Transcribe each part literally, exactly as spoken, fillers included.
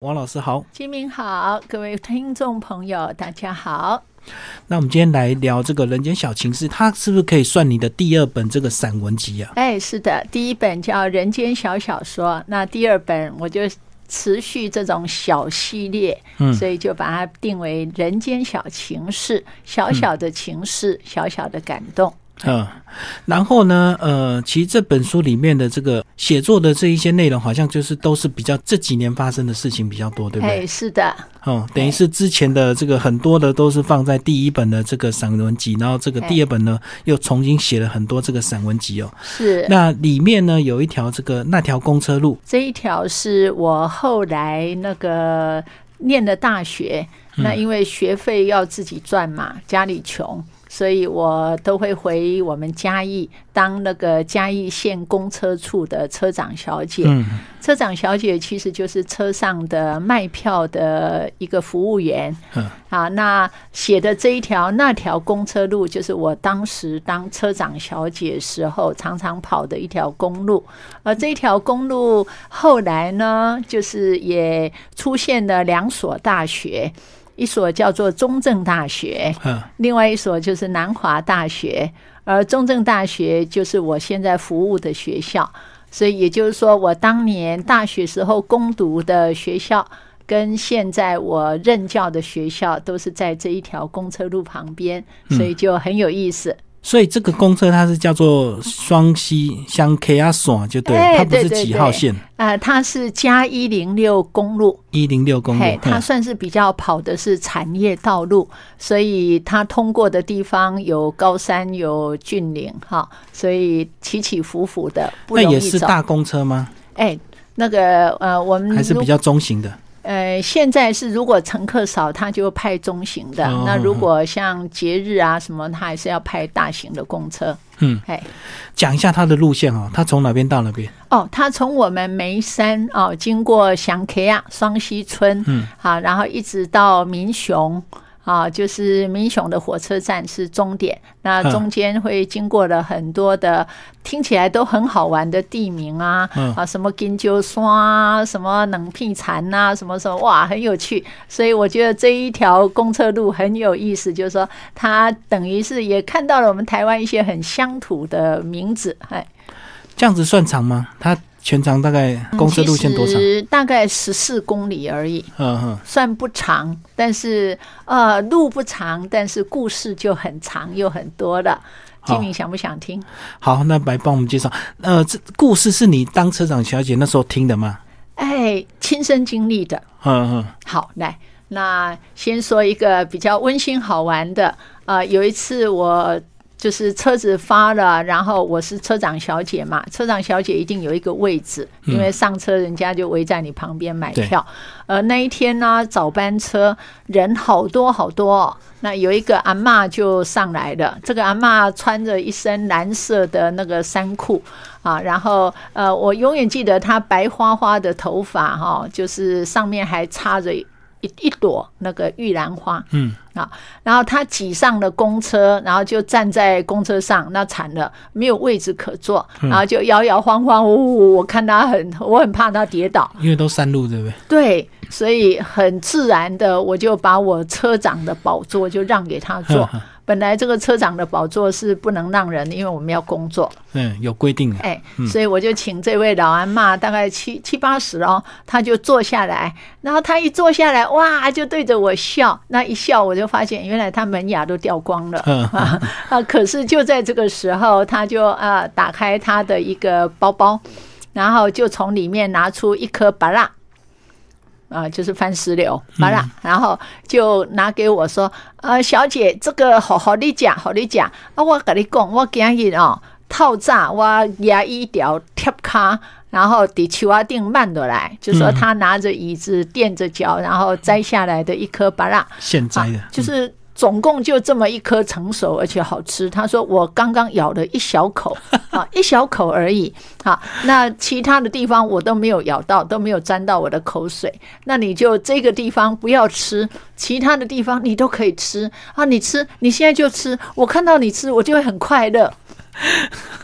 王老师好。 金明好，各位听众朋友大家好。 那我们今天来聊这个人间小情事，它是不是可以算你的第二本这个散文集啊？ 哎，是的，第一本叫人间小小说，那第二本我就持续这种小系列、嗯、所以就把它定为人间小情事，小小的情事、嗯、小小的感动。 嗯，然后呢，呃，其实这本书里面的这个写作的这一些内容，好像就是都是比较这几年发生的事情比较多，对不对？ 哎，是的。 哦，等于是之前的这个很多的都是放在第一本的这个散文集，然后这个第二本呢又重新写了很多这个散文集哦。 是。 那里面呢有一条这个那条公车路， 这一条是我后来那个念的大学，嗯、那因为学费要自己赚嘛，家里穷。所以我都会回我们嘉义当那个嘉义县公车处的车长小姐、嗯、车长小姐其实就是车上的卖票的一个服务员、嗯、啊，那写的这一条那条公车路就是我当时当车长小姐时候常常跑的一条公路，而这一条公路后来呢就是也出现了两所大学，一所叫做中正大学、嗯、另外一所就是南华大学，而中正大学就是我现在服务的学校，所以也就是说我当年大学时候攻读的学校跟现在我任教的学校都是在这一条公车路旁边，所以就很有意思、嗯， 所以这个公车它是叫做双溪乡 K 啊线就对了、欸、它不是几号线啊、呃？它是加一零六公路，一零六公路， 它算是比较跑的是产业道路，所以它通过的地方有高山有峻岭哈，所以起起伏伏的不容易走。 那也是大公车吗？ 哎、欸，那个呃，我们还是比较中型的。 呃，现在是如果乘客少，他就派中型的、哦、那如果像节日啊什么，他还是要派大型的公车。 嗯，哎，讲一下它的路线哦，它从哪边到哪边？ 哦，它从我们梅山哦，经过祥 K 啊双溪村，嗯，好，然后一直到民雄。啊，就是民雄的火车站是终点，那中间会经过了很多的、嗯、听起来都很好玩的地名啊，嗯、啊，什么金鸠山啊，什么冷僻禅啊，什么什么，哇，很有趣。所以我觉得这一条公车路很有意思，就是说它等于是也看到了我们台湾一些很乡土的名字。哎， 这样子算长吗？它全长大概公车路线多长？ 其实大概十四公里而已，嗯哼，算不长，但是呃路不长，但是故事就很长又很多了。金明想不想听？ 好，那来帮我们介绍。呃，这故事是你当车长小姐那时候听的吗？ 哎，亲身经历的。嗯哼，好，来，那先说一个比较温馨好玩的。呃，有一次我。就是车子发了，然后我是车长小姐嘛，车长小姐一定有一个位置，因为上车人家就围在你旁边买票。呃，那一天呢，早班车人好多好多、哦，那有一个阿嬷就上来了，这个阿嬷穿着一身蓝色的那个衫裤啊，然后呃，我永远记得她白花花的头发哈、哦，就是上面还插着一一朵那个玉兰花，嗯啊，然后他挤上了公车，然后就站在公车上，那惨了，没有位置可坐，然后就摇摇晃晃，呜、哦，我看他很，我很怕他跌倒， 因为都山路，对不对？ 对，所以很自然的，我就把我车长的宝座就让给他坐。本来这个车长的宝座是不能让人的，因为我们要工作。 嗯，有规定的。 哎、嗯，所以我就请这位老阿嬷，大概七七八十哦，他就坐下来，然后他一坐下来，哇，就对着我笑。那一笑，我就发现原来他门牙都掉光了。嗯啊啊！可是就在这个时候，他就啊打开他的一个包包，然后就从里面拿出一颗芭乐。啊，就是番石榴，好了、嗯，然后就拿给我说，呃，小姐，这个好好你讲，好你讲啊，我跟你讲，我今日哦透早我牙医条贴卡，然后伫树仔顶慢下来，就说他拿着椅子垫着脚，然后摘下来的一颗芭乐， 现摘的， 啊、就是总共就这么一颗成熟而且好吃。他说我刚刚咬了一小口啊，一小口而已啊，那其他的地方我都没有咬到，都没有沾到我的口水。那你就这个地方不要吃，其他的地方你都可以吃啊，你吃，你现在就吃，我看到你吃，我就会很快乐。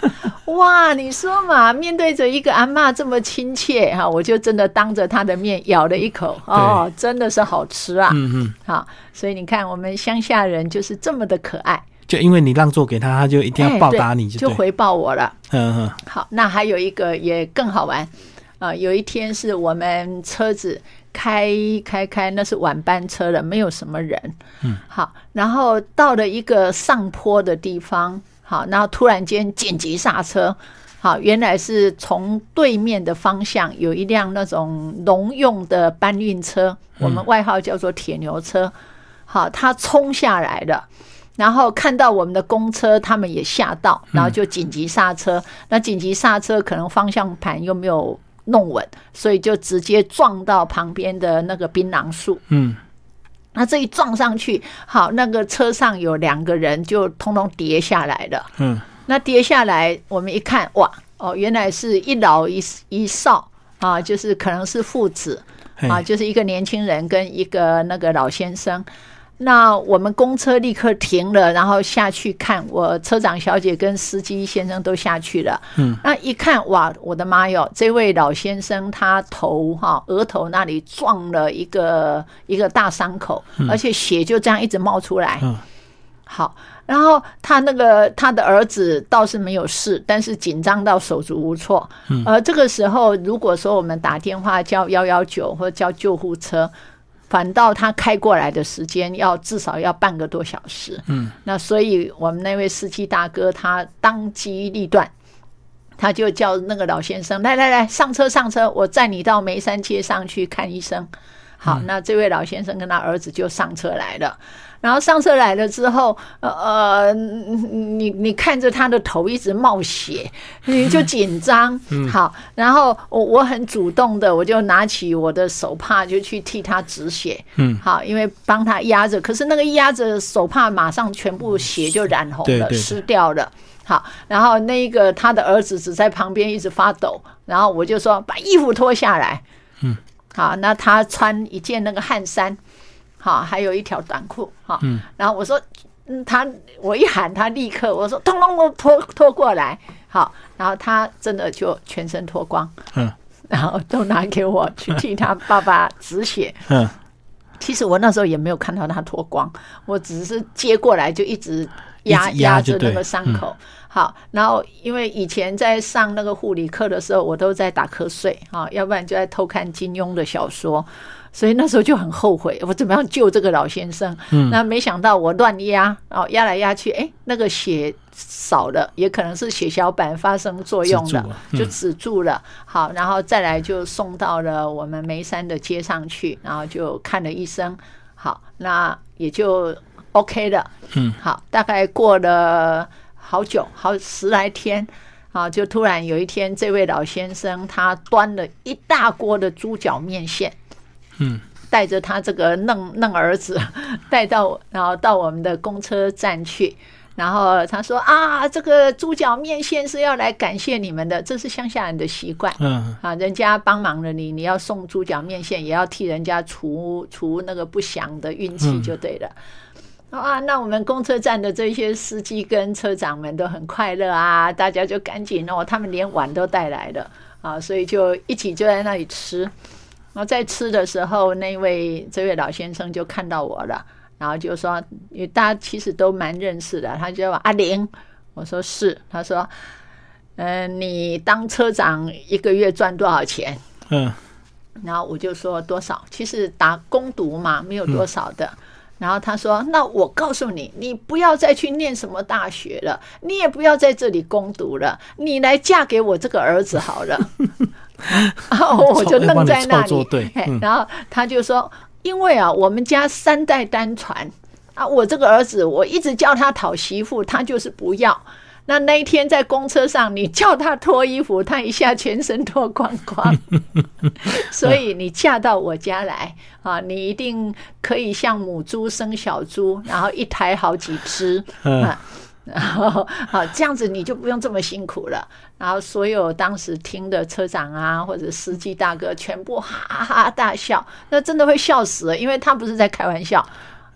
哇，你说嘛，面对着一个阿嬷这么亲切哈，我就真的当着她的面咬了一口，哦，真的是好吃啊。嗯嗯，好，所以你看我们乡下人就是这么的可爱。 就因为你让座给他，他就一定要报答你 就,、 欸、就回报我了。 嗯嗯。 好，那还有一个也更好玩啊、呃！有一天是我们车子开开开，那是晚班车了，没有什么人。嗯。好，然后到了一个上坡的地方，好，然后突然间紧急刹车。好，原来是从对面的方向有一辆那种农用的搬运车，我们外号叫做铁牛车。好，它冲下来了。然后看到我们的公车，他们也吓到，然后就紧急刹车。嗯、那紧急刹车可能方向盘又没有弄稳，所以就直接撞到旁边的那个槟榔树。嗯，那这一撞上去，好，那个车上有两个人就通通跌下来了。嗯，那跌下来，我们一看，哇，哦，原来是一老一一少啊，就是可能是父子啊，就是一个年轻人跟一个那个老先生。那我们公车立刻停了，然后下去看，我车长小姐跟司机先生都下去了。嗯，那一看，哇，我的妈哟！这位老先生他头哈额头那里撞了一个一个大伤口，嗯、而且血就这样一直冒出来。嗯，好，然后他那个他的儿子倒是没有事，但是紧张到手足无措。嗯，而这个时候，如果说我们打电话叫一一九或者叫救护车。反倒他开过来的时间要至少要半个多小时，嗯，那所以我们那位司机大哥他当机立断，他就叫那个老先生来来来上车上车，我载你到梅山街上去看医生。好，嗯、那这位老先生跟他儿子就上车来了。然后上车来了之后，呃，你你看着他的头一直冒血，你就紧张。嗯、好，然后我我很主动的，我就拿起我的手帕就去替他止血。嗯，好，因为帮他压着，可是那个压着手帕马上全部血就染红了，对对对湿掉了。好，然后那个他的儿子只在旁边一直发抖，然后我就说把衣服脱下来。嗯，好，那他穿一件那个汗衫。好，还有一条短裤，好，嗯、然后我说，嗯，他我一喊他立刻，我说通通都脱脱过来，好，然后他真的就全身脱光，嗯，然后都拿给我去替他爸爸止血，嗯，其实我那时候也没有看到他脱光，我只是接过来就一直压压着那个伤口。嗯好，然后因为以前在上那个护理课的时候，我都在打瞌睡啊，要不然就在偷看金庸的小说，所以那时候就很后悔，我怎么样救这个老先生？嗯，那没想到我乱压，哦，压来压去，哎，那个血少了，也可能是血小板发生作用了，止嗯、就止住了。好，然后再来就送到了我们梅山的街上去，然后就看了医生。好，那也就 OK 了。嗯，好，大概过了。好久，好十来天啊，就突然有一天，这位老先生他端了一大锅的猪脚面线，嗯，带着他这个嫩嫩儿子带到，然后到我们的公车站去，然后他说啊，这个猪脚面线是要来感谢你们的，这是乡下人的习惯，嗯，啊，人家帮忙了你，你要送猪脚面线，也要替人家除除那个不祥的运气就对了。嗯啊，那我们公车站的这些司机跟车长们都很快乐啊，大家就赶紧哦，他们连碗都带来了啊，所以就一起就在那里吃。然后在吃的时候，那位这位老先生就看到我了，然后就说，因为大家其实都蛮认识的，他就说阿玲，我说是，他说，嗯、呃，你当车长一个月赚多少钱？嗯，然后我就说多少，其实打工读嘛，没有多少的。嗯然后他说那我告诉你，你不要再去念什么大学了，你也不要在这里攻读了，你来嫁给我这个儿子好了。然后我就愣在那里、嗯、然后他就说因为啊我们家三代单传啊，我这个儿子我一直叫他讨媳妇，他就是不要。那那一天在公车上，你叫他脱衣服，他一下全身脱光光。所以你嫁到我家来啊，你一定可以像母猪生小猪，然后一胎好几只啊。然后好这样子你就不用这么辛苦了。然后所有当时听的车长啊或者司机大哥全部哈哈大笑，那真的会笑死了，因为他不是在开玩笑。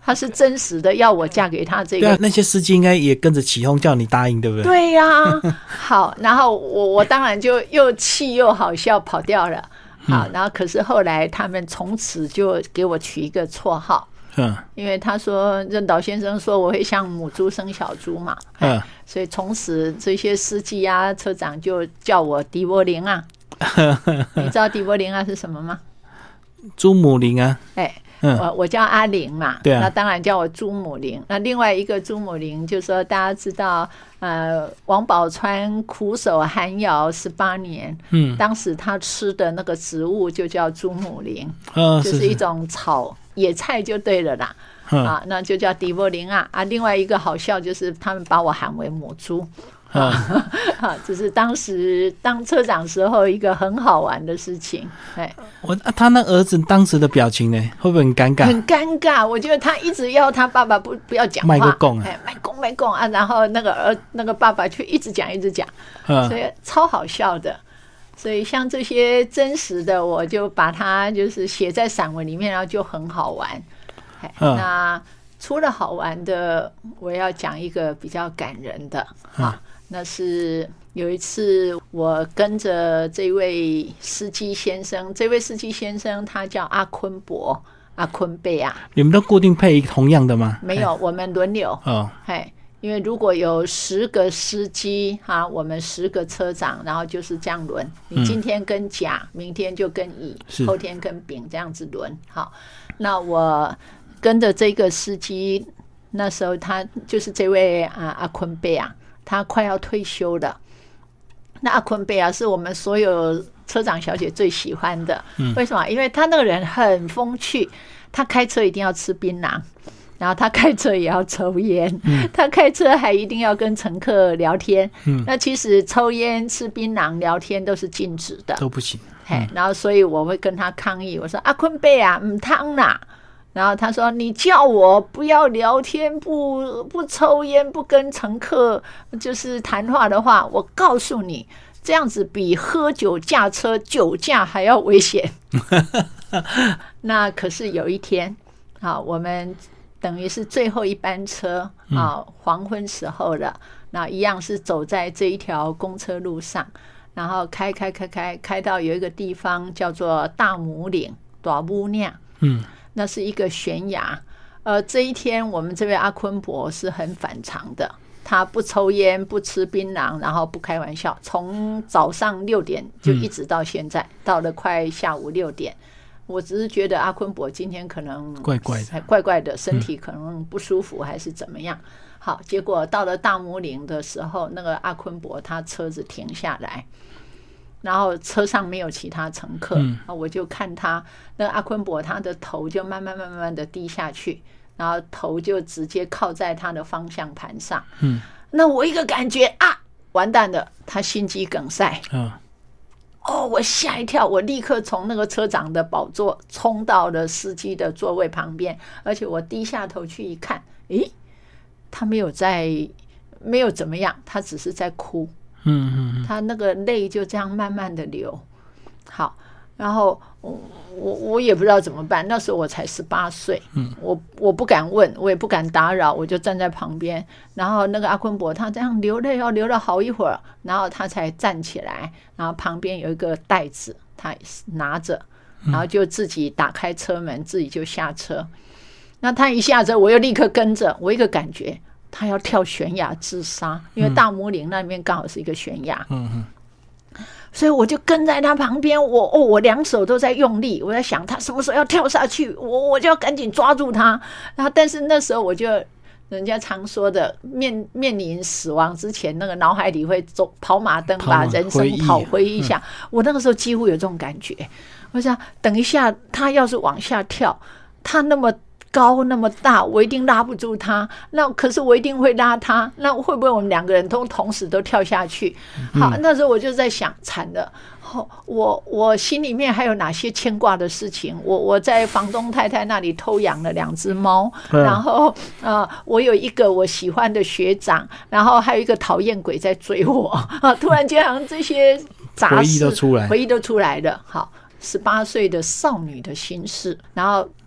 他是真实的要我嫁给他这个。 对啊，那些司机应该也跟着起哄叫你答应，对不对？ 对呀、啊，好，然后我我当然就又气又好笑跑掉了。好，然后可是后来他们从此就给我取一个绰号。嗯，因为他说任导先生说我会像母猪生小猪嘛，嗯，所以从此这些司机啊、车长就叫我迪波林啊。你知道迪波林啊是什么吗？ 朱母林啊。 哎、嗯，我我叫阿玲嘛， 对啊， 那当然叫我朱母林。那另外一个朱母林，就是说大家知道，呃，王宝钏苦守寒窑十八年，嗯，当时他吃的那个植物就叫朱母林，哦、就是一种草。野菜就对了啦，啊，那就叫迪波林啊啊！另外一个好笑就是他们把我喊为母猪，啊，啊这是当时当车长时候一个很好玩的事情。哎， 我、啊、他那儿子当时的表情呢，会不会很尴尬？ 很尴尬，我觉得他一直要他爸爸不不要讲话， 卖个供啊， 哎，卖供卖供啊，然后那个儿那个爸爸却一直讲一直讲，所以超好笑的。所以像这些真实的，我就把它就是写在散文里面，然后就很好玩。嗯、那除了好玩的，我要讲一个比较感人的、嗯、啊，那是有一次我跟着这位司机先生，这位司机先生他叫阿坤伯，阿坤贝啊。 你们都固定配同样的吗？ 没有，我们轮流。哦，嘿。因为如果有十个司机哈、啊，我们十个车长，然后就是这样轮。你今天跟甲，嗯、明天就跟乙，后天跟丙，这样子轮。好，那我跟着这个司机，那时候他就是这位啊阿坤贝啊，他快要退休了。那阿坤贝啊，是我们所有车长小姐最喜欢的。嗯、为什么？因为他那个人很风趣，他开车一定要吃槟榔。然后他开车也要抽烟、嗯、他开车还一定要跟乘客聊天、嗯、那其实抽烟吃槟榔聊天都是禁止的， 都不行、 嗯、然后所以我会跟他抗议，我说阿坤贝啊唔通啦，然后他说你叫我不要聊天，不不抽烟，不跟乘客就是谈话的话，我告诉你这样子比喝酒驾车酒驾还要危险那可是有一天好，我们等于是最后一班车啊，黄昏时候了，那一样是走在这一条公车路上，然后开开开开开到有一个地方叫做大母岭大母岭，嗯，那是一个悬崖。呃，这一天我们这位阿坤伯是很反常的，他不抽烟，不吃槟榔，然后不开玩笑，从早上六点就一直到现在，嗯、到了快下午六点。我只是觉得阿坤伯今天可能怪怪的， 怪怪的，身体可能不舒服还是怎么样。嗯、好，结果到了大母岭的时候，那个阿坤伯他车子停下来，然后车上没有其他乘客，嗯、我就看他那个阿坤伯他的头就慢慢慢慢的低下去，然后头就直接靠在他的方向盘上。嗯，那我一个感觉啊，完蛋了，他心肌梗塞。嗯。哦，我吓一跳，我立刻从那个车长的宝座冲到了司机的座位旁边，而且我低下头去一看，诶，他没有在，没有怎么样，他只是在哭，嗯嗯嗯，他那个泪就这样慢慢的流。好，然后我我我也不知道怎么办，那时候我才十八岁，嗯，我我不敢问，我也不敢打扰，我就站在旁边。然后那个阿坤伯他这样流泪，要流了好一会儿，然后他才站起来，然后旁边有一个袋子，他拿着，然后就自己打开车门，自己就下车。那他一下车，我又立刻跟着，我一个感觉，他要跳悬崖自杀，因为大母岭那边刚好是一个悬崖。嗯嗯。所以我就跟在他旁边，我哦，我两手都在用力，我在想他什么时候要跳下去，我我就要赶紧抓住他。然后，但是那时候我就，人家常说的，面面临死亡之前，那个脑海里会走跑马灯，把人生跑回忆一下。嗯、我那个时候几乎有这种感觉，我想等一下他要是往下跳，他那么高那么大，我一定拉不住他，那可是我一定会拉他，那会不会我们两个人都同时都跳下去？好，嗯、那时候我就在想，惨了，哦、我我心里面还有哪些牵挂的事情？我我在房东太太那里偷养了两只猫，嗯、然后呃，我有一个我喜欢的学长，然后还有一个讨厌鬼在追我啊！突然间，好像这些杂事回忆都出来， 回忆都出来了。好，十八岁的少女的心事，然后。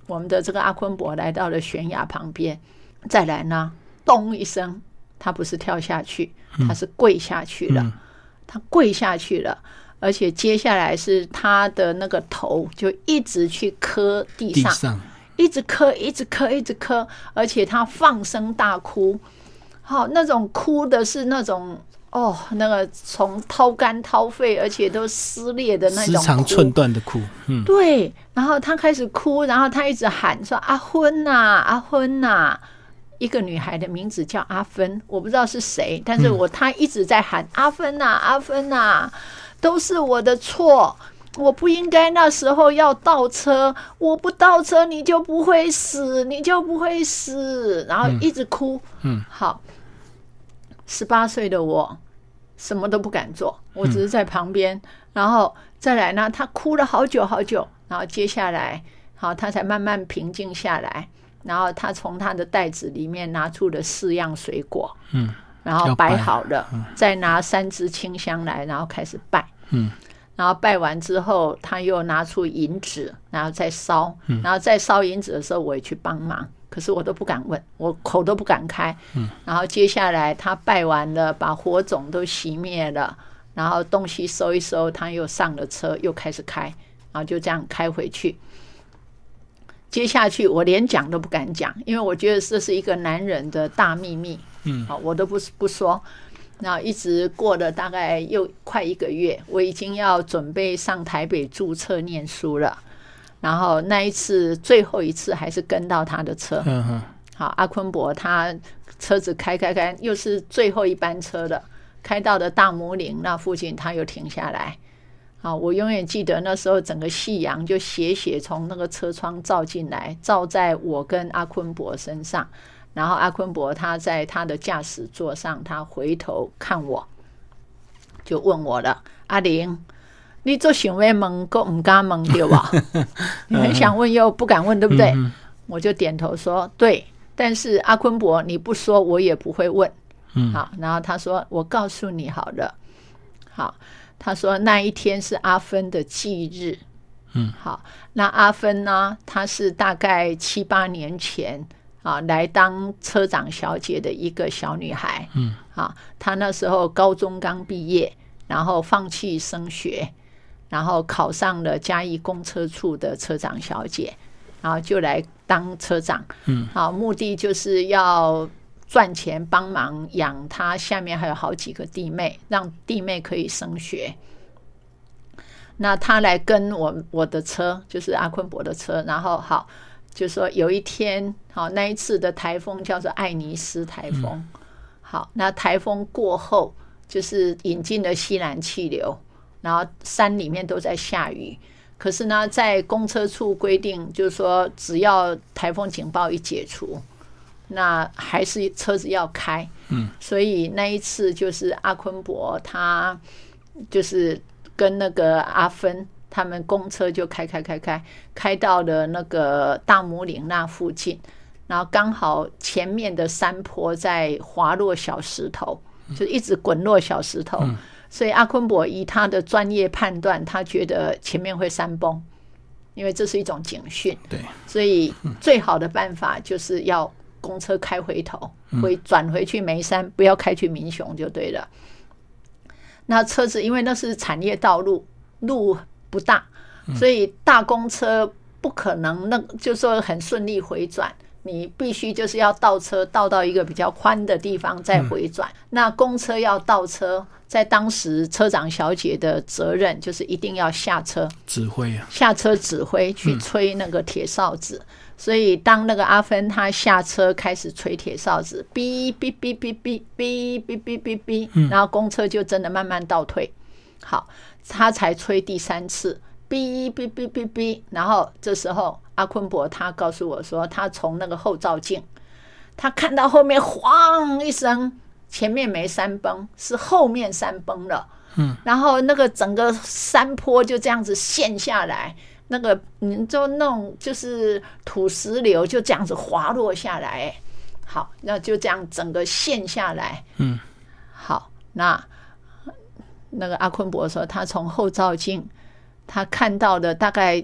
我们的这个阿坤伯来到了悬崖旁边，再来呢，咚一声，他不是跳下去，他是跪下去了，嗯、他跪下去了，而且接下来是他的那个头就一直去磕地上，地上一直磕，一直磕，一直磕，而且他放声大哭，好，那种哭的是那种。哦，那个从掏肝掏肺，而且都撕裂的那种哭， 丝长寸断的哭。嗯， 对。然后他开始哭，然后他一直喊说：“阿芬呐、啊，阿芬呐、啊！”一个女孩的名字叫阿芬，我不知道是谁，但是我他一直在喊、嗯、阿芬呐、啊，阿芬呐、啊，都是我的错，我不应该那时候要倒车，我不倒车你就不会死，你就不会死。然后一直哭。嗯，好。十八岁的我什么都不敢做，我只是在旁边、嗯、然后再来呢，他哭了好久好久，然后接下来好他才慢慢平静下来，然后他从他的袋子里面拿出了四样水果，嗯，然后摆好了、嗯、再拿三支清香来，然后开始拜，嗯，然后拜完之后他又拿出银纸，然后再烧、嗯、然后再烧银纸的时候我也去帮忙，可是我都不敢问，我口都不敢开、嗯、然后接下来他拜完了，把火种都熄灭了，然后东西收一收，他又上了车又开始开，然后就这样开回去。接下去我连讲都不敢讲，因为我觉得这是一个男人的大秘密，嗯，我都不不说。然后一直过了大概又快一个月，我已经要准备上台北注册念书了。然后那一次最后一次还是跟到他的车，嗯、好，阿坤伯他车子开开开，又是最后一班车了，开到了大母岭那附近，他又停下来。好，我永远记得那时候整个夕阳就斜斜从那个车窗照进来，照在我跟阿坤伯身上。然后阿坤伯他在他的驾驶座上，他回头看我，就问我了：“阿玲，你做想问问，都不敢问对吧？你很想问又不敢问，对不对？”嗯、我就点头说：“对。”但是阿坤伯你不说，我也不会问。嗯，好，然后他说：“我告诉你好了。”好，他说那一天是阿芬的忌日。嗯，好，那阿芬呢，她是大概七八年前。啊，来当车长小姐的一个小女孩，嗯，啊，她那时候高中刚毕业，然后放弃升学，然后考上了嘉义公车处的车长小姐，然后就来当车长，嗯，啊，目的就是要赚钱帮忙养她下面还有好几个弟妹，让弟妹可以升学。那她来跟我我的车，就是阿坤伯的车，然后好。就说有一天，好，那一次的台风叫做艾尼斯台风，嗯、好，那台风过后，就是引进了西南气流，然后山里面都在下雨。可是呢，在公车处规定，就是说只要台风警报一解除，那还是车子要开。嗯，所以那一次就是阿坤伯他就是跟那个阿芬。他们公车就开开开开开到了那个大母岭那附近，然后刚好前面的山坡在滑落小石头，就一直滚落小石头，嗯、所以阿坤伯以他的专业判断，他觉得前面会山崩，因为这是一种警讯。对，所以最好的办法就是要公车开回头，回转回去梅山，不要开去民雄就对了。那车子因为那是产业道路，路不大，所以大公车不可能那就说很顺利回转，你必须就是要倒车倒到一个比较宽的地方再回转。嗯、那公车要倒车，在当时车长小姐的责任就是一定要下车指挥啊， 下车指挥去吹那个铁哨子。嗯、所以当那个阿芬他下车开始吹铁哨子，哔哔哔哔哔哔哔哔哔哔，然后公车就真的慢慢倒退。好。他才吹第三次，哔哔哔哔哔，然后这时候阿坤伯他告诉我说，他从那个后照镜，他看到后面晃一声，前面没山崩，是后面山崩了。嗯，然后那个整个山坡就这样子陷下来，那个你就那种就是土石流就这样子滑落下来。好，那就这样整个陷下来。嗯，好，那。那个阿坤伯说，他从后照镜，他看到的大概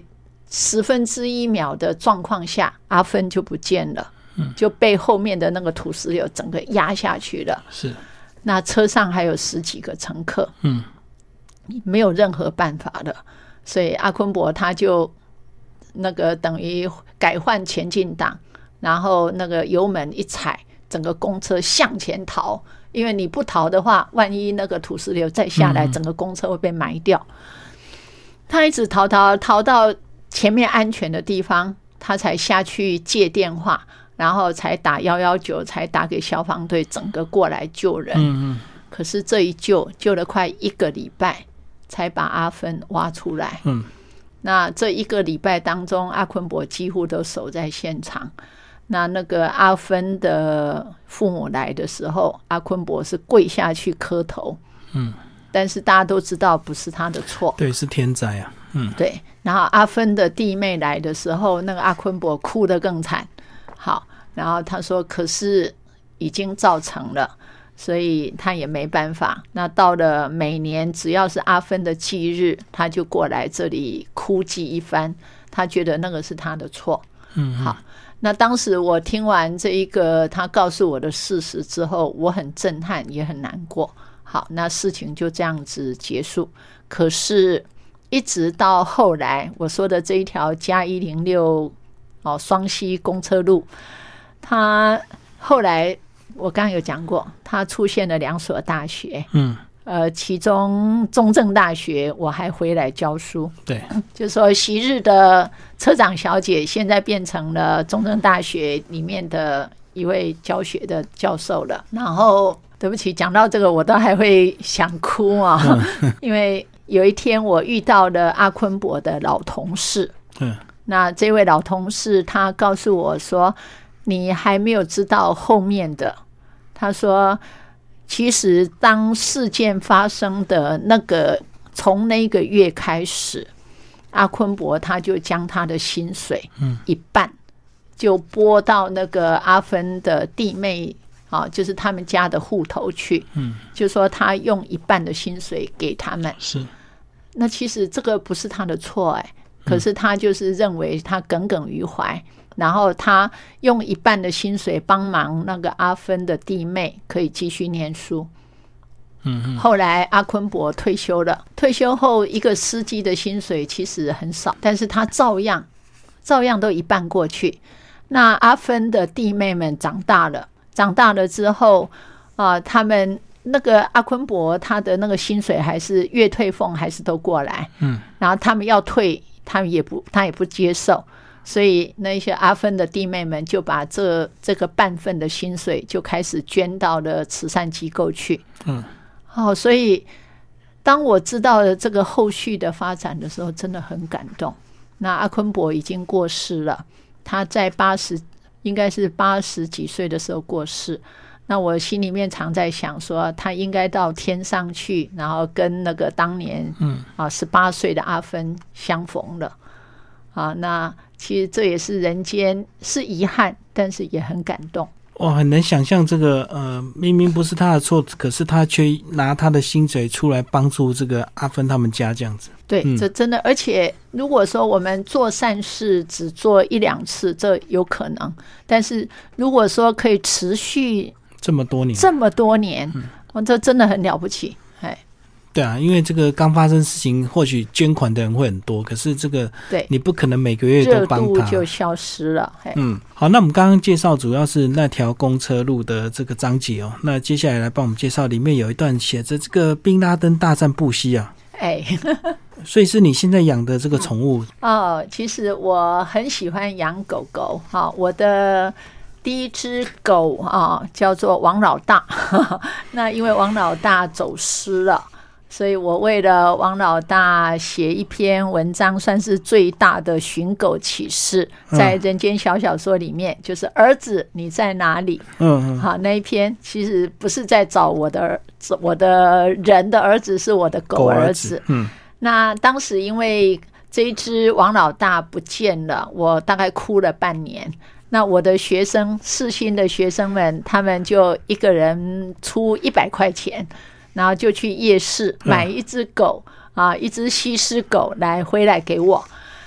十分之一秒的状况下，阿芬就不见了，嗯，就被后面的那个土石流整个压下去了。 是， 那车上还有十几个乘客，嗯，没有任何办法了，所以阿坤伯他就那个等于改换前进档，然后那个油门一踩，整个公车向前逃。因为你不逃的话，万一那个土石流再下来，整个公车会被埋掉。他一直逃逃逃到前面安全的地方，他才下去借电话，然后才打一一九，才打给消防队，整个过来救人。嗯嗯。可是这一救救了快一个礼拜，才把阿芬挖出来。嗯。那这一个礼拜当中，阿坤伯几乎都守在现场。那那个阿芬的父母来的时候，阿坤伯是跪下去磕头。嗯。但是大家都知道不是他的错， 对，是天灾啊。嗯， 对。然后阿芬的弟妹来的时候，那个阿坤伯哭得更惨。好，然后他说：“可是已经造成了，所以他也没办法。”那到了每年只要是阿芬的忌日，他就过来这里哭祭一番。他觉得那个是他的错。嗯，好。那当时我听完这一个他告诉我的事实之后，我很震撼，也很难过。好，那事情就这样子结束。可是一直到后来我说的这一条加一零六哦双溪公车路，它后来我刚刚有讲过，它出现了两所大学。嗯，呃，其中中正大学我还回来教书。 对， 就说昔日的车长小姐现在变成了中正大学里面的一位教学的教授了。然后对不起，讲到这个我都还会想哭啊。嗯、因为有一天我遇到了阿坤伯的老同事。嗯，那这位老同事他告诉我说，你还没有知道后面的。他说其实当事件发生的那个从那个月开始，阿坤伯他就将他的薪水一半就拨到那个阿芬的弟妹啊，就是他们家的户头去。嗯，就说他用一半的薪水给他们。 是， 那其实这个不是他的错哎、欸，可是他就是认为他耿耿于怀。嗯，然后他用一半的薪水帮忙那个阿芬的弟妹可以继续念书。嗯，后来阿坤伯退休了，退休后一个司机的薪水其实很少，但是他照样照样都一半过去。那阿芬的弟妹们长大了，长大了之后啊、呃，他们那个阿坤伯他的那个薪水还是月退俸还是都过来。嗯，然后他们要退，他们也不他也不接受。所以那些阿芬的弟妹们就把这这个半份的薪水就开始捐到了慈善机构去。嗯，哦，所以当我知道了这个后续的发展的时候，真的很感动。那阿坤伯已经过世了，他在八十应该是八十几岁的时候过世。那我心里面常在想说，他应该到天上去，然后跟那个当年嗯啊十八岁的阿芬相逢了。啊，那其实这也是人间，是遗憾，但是也很感动。 哇，很难想象这个呃，明明不是他的错，可是他却拿他的薪水出来帮助这个阿芬他们家这样子。 对， 嗯、 这真的，而且如果说我们做善事只做一两次，这有可能；但是如果说可以持续这么多年， 这么多年，嗯、这真的很了不起。哎。 对啊，因为这个刚发生事情，或许捐款的人会很多，可是这个对你不可能每个月都帮他， 热度就消失了。 嗯，好，那我们刚刚介绍主要是那条公车路的这个章节哦，那接下来来帮我们介绍里面有一段写着这个宾拉登大战布希啊， 哎， 所以是你现在养的这个宠物、 嗯、哦，其实我很喜欢养狗狗，好、哦，我的。第一只狗啊，叫做王老大。那因为王老大走失了，所以我为了王老大写一篇文章，算是最大的寻狗启事，在人间小小说里面，就是儿子你在哪里？嗯嗯，好，那一篇其实不是在找我的儿子，我的人的儿子是我的狗儿子。嗯，那当时因为这一只王老大不见了，我大概哭了半年。那我的学生世新的学生们，他们就一个人出一百块钱，然后就去夜市买一只狗、嗯、啊，一只西施狗来回来给我。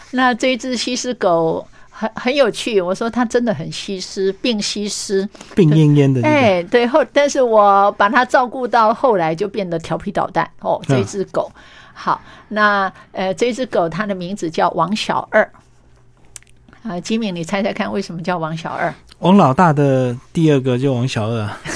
那这一只西施狗很很有趣，我说它真的很西施，病西施， 病恹恹的。 哎，对后，但是我把它照顾到后来就变得调皮捣蛋哦。这只狗，嗯、好，那呃，这只狗它的名字叫王小二。啊，吉敏，你猜猜看，为什么叫王小二？ 王老大的第二个就王小二啊。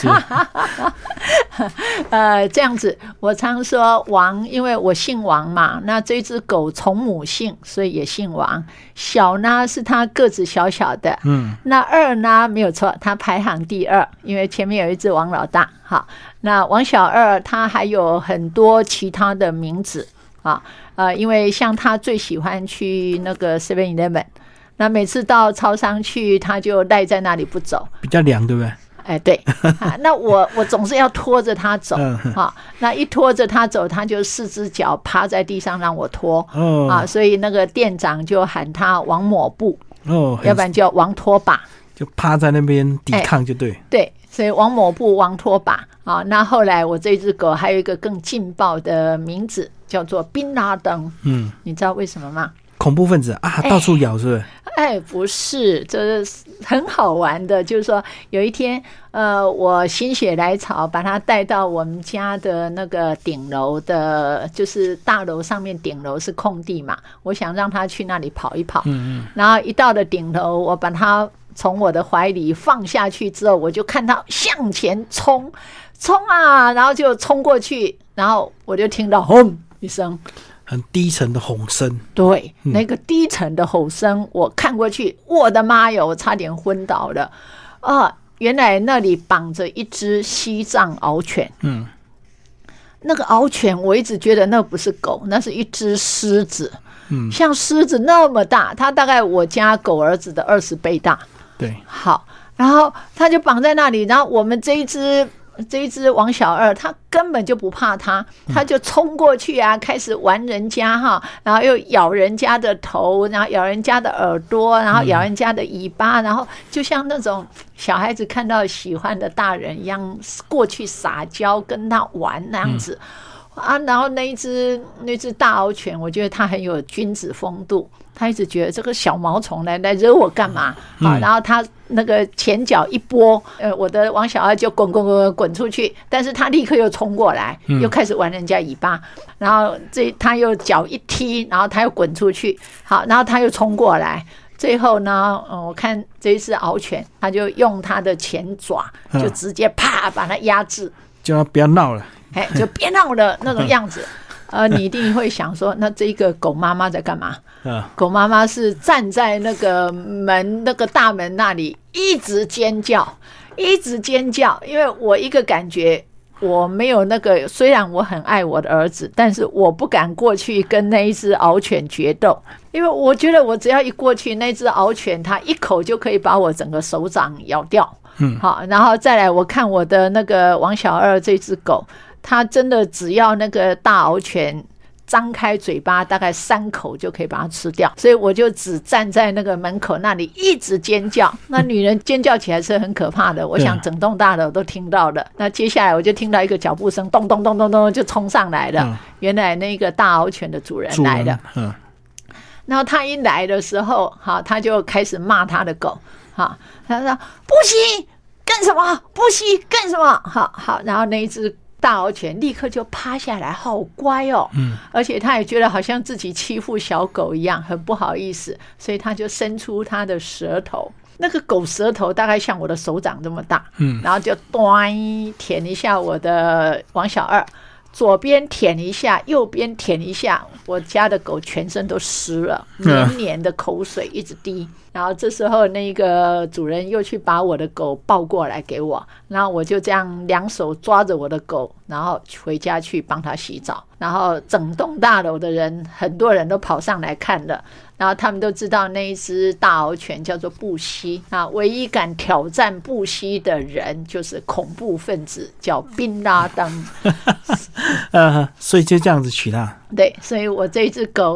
呃，这样子，我常说王，因为我姓王嘛，那这只狗从母姓，所以也姓王。小呢是它个子小小的，嗯，那二呢没有错，它排行第二，因为前面有一只王老大。好，那王小二它还有很多其他的名字啊，呃，因为像它最喜欢去那个 seven eleven。那每次到超商去，他就赖在那里不走， 比较凉，对不对？ 哎，对啊，那我我总是要拖着他走啊。那一拖着他走，他就四只脚趴在地上让我拖、哦、啊，所以那个店长就喊他王抹布哦，要不然叫王拖把， 就趴在那边抵抗就对、哎、 对，所以王抹布、王拖把啊。那后来我这只狗还有一个更劲爆的名字，叫做宾拉登。嗯，你知道为什么吗？ 恐怖分子啊，到处咬是不是？ 哎，不是，这是很好玩的。就是说，有一天，呃，我心血来潮，把它带到我们家的那个顶楼的，就是大楼上面，顶楼是空地嘛，我想让它去那里跑一跑。嗯嗯。然后一到了顶楼，我把它从我的怀里放下去之后，我就看它向前冲，冲啊，然后就冲过去，然后我就听到轰一声。 很低沉的吼声， 对、嗯，那个低沉的吼声，我看过去，我的妈哟，我差点昏倒了啊！原来那里绑着一只西藏獒犬，嗯，那个獒犬我一直觉得那不是狗，那是一只狮子，嗯，像狮子那么大，它大概我家狗儿子的二十倍大， 对， 好，然后它就绑在那里，然后我们这一只。这一只王小二他根本就不怕他，他就冲过去啊，开始玩人家哈，然后又咬人家的头，然后咬人家的耳朵，然后咬人家的尾巴，然后就像那种小孩子看到喜欢的大人一样过去撒娇跟他玩那样子、嗯、啊。然后那一只那只大獒犬，我觉得它很有君子风度，他一直觉得这个小毛虫来来惹我干嘛、嗯、啊？然后他那个前脚一拨，呃，我的王小二就滚滚滚滚出去，但是他立刻又冲过来，又开始玩人家尾巴，嗯、然后这他又脚一踢，然后他又滚出去，好，然后他又冲过来，最后呢，呃、我看这一只獒犬，他就用他的前爪就直接啪把它压制， 叫他不要闹了， 哎，就别闹了那种样子。呃，你一定会想说，那这个狗妈妈在干嘛？啊、狗妈妈是站在那个门那个大门那里，一直尖叫，一直尖叫。因为我一个感觉，我没有那个，虽然我很爱我的儿子，但是我不敢过去跟那一只獒犬决斗，因为我觉得我只要一过去，那只獒犬它一口就可以把我整个手掌咬掉。嗯，好，然后再来，我看我的那个王小二这只狗。他真的只要那个大獒犬张开嘴巴，大概三口就可以把它吃掉，所以我就只站在那个门口那里一直尖叫。那女人尖叫起来是很可怕的，我想整栋大楼都听到了。那接下来我就听到一个脚步声，咚咚咚咚咚就冲上来了。原来那个大獒犬的主人来了。嗯，然后他一来的时候，好，他就开始骂他的狗。好，他说不行，干什么？不行，干什么？好好，然后那一只。大獒犬立刻就趴下来，好乖哦，嗯，而且他也觉得好像自己欺负小狗一样，很不好意思，所以他就伸出他的舌头，那个狗舌头大概像我的手掌这么大，嗯，然后就端舔一下我的王小二，左边舔一下，右边舔一下，我家的狗全身都湿了，黏黏的口水一直滴。然后这时候那个主人又去把我的狗抱过来给我，然后我就这样两手抓着我的狗，然后回家去帮它洗澡。然后整栋大楼的人，很多人都跑上来看了，然后他们都知道那一只大獒犬叫做布希啊，唯一敢挑战布希的人就是恐怖分子，叫宾拉登。 呃，所以就这样子取它。 对，所以我这一只狗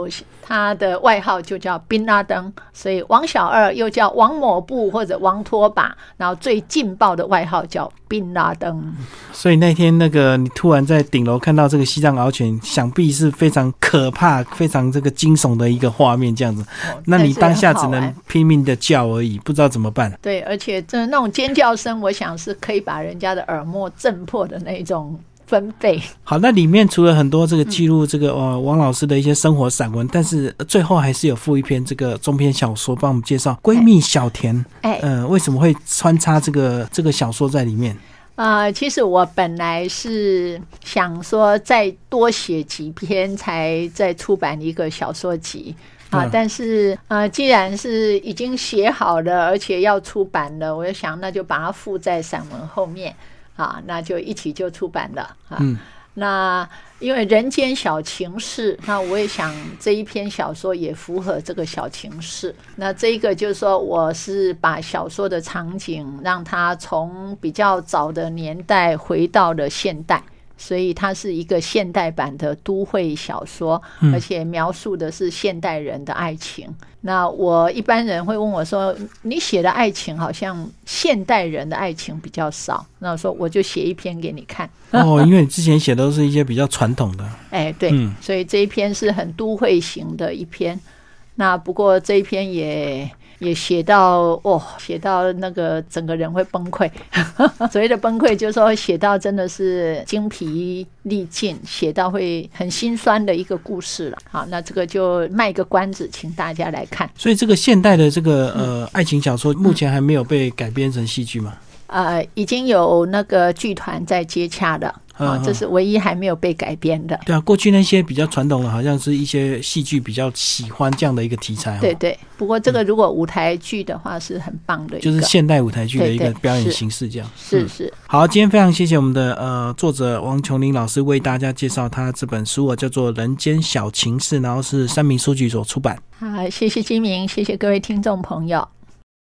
他的外号就叫宾拉登，所以王小二又叫王抹布或者王拖把，然后最劲爆的外号叫宾拉登。 所以那天那个你突然在顶楼看到这个西藏獒犬，想必是非常可怕、非常这个惊悚的一个画面，这样子。哦、那你当下只能拼命的叫而已，不知道怎么办。 对，而且真的那种尖叫声，我想是可以把人家的耳膜震破的那种。分贝。 好，那里面除了很多这个记录这个、嗯、呃王老师的一些生活散文，但是最后还是有附一篇这个中篇小说，帮我们介绍闺蜜小田。哎，呃，为什么会穿插这个这个小说在里面？ 呃，其实我本来是想说再多写几篇，才再出版一个小说集。啊，嗯、但是呃，既然是已经写好了，而且要出版了，我就想那就把它附在散文后面。啊，那就一起就出版了啊。嗯，那因为人间小情事，那我也想这一篇小说也符合这个小情事。那这一个就是说，我是把小说的场景让它从比较早的年代回到了现代。所以它是一个现代版的都会小说，而且描述的是现代人的爱情。嗯、那我一般人会问我说，你写的爱情好像现代人的爱情比较少，那我说我就写一篇给你看。 哦，因为你之前写的都是一些比较传统的。 哎，对、嗯，所以这一篇是很都会型的一篇。那不过这一篇也也写到哦，写到那个整个人会崩溃。所谓的崩溃，就是说写到真的是精疲力尽，写到会很心酸的一个故事了。好，那这个就卖个关子，请大家来看。 所以这个现代的这个呃爱情小说，目前还没有被改编成戏剧吗？ 呃，已经有那个剧团在接洽了。啊，这是唯一还没有被改编的。 对啊，过去那些比较传统的，好像是一些戏剧比较喜欢这样的一个题材。 对对，不过这个如果舞台剧的话是很棒的一个， 就是现代舞台剧的一个表演形式，这样。 对对是是、嗯。 好，今天非常谢谢我们的呃作者王琼玲老师为大家介绍他这本书，叫做《人间小情事》，然后是三民书局所出版。 好，谢谢金明，谢谢各位听众朋友。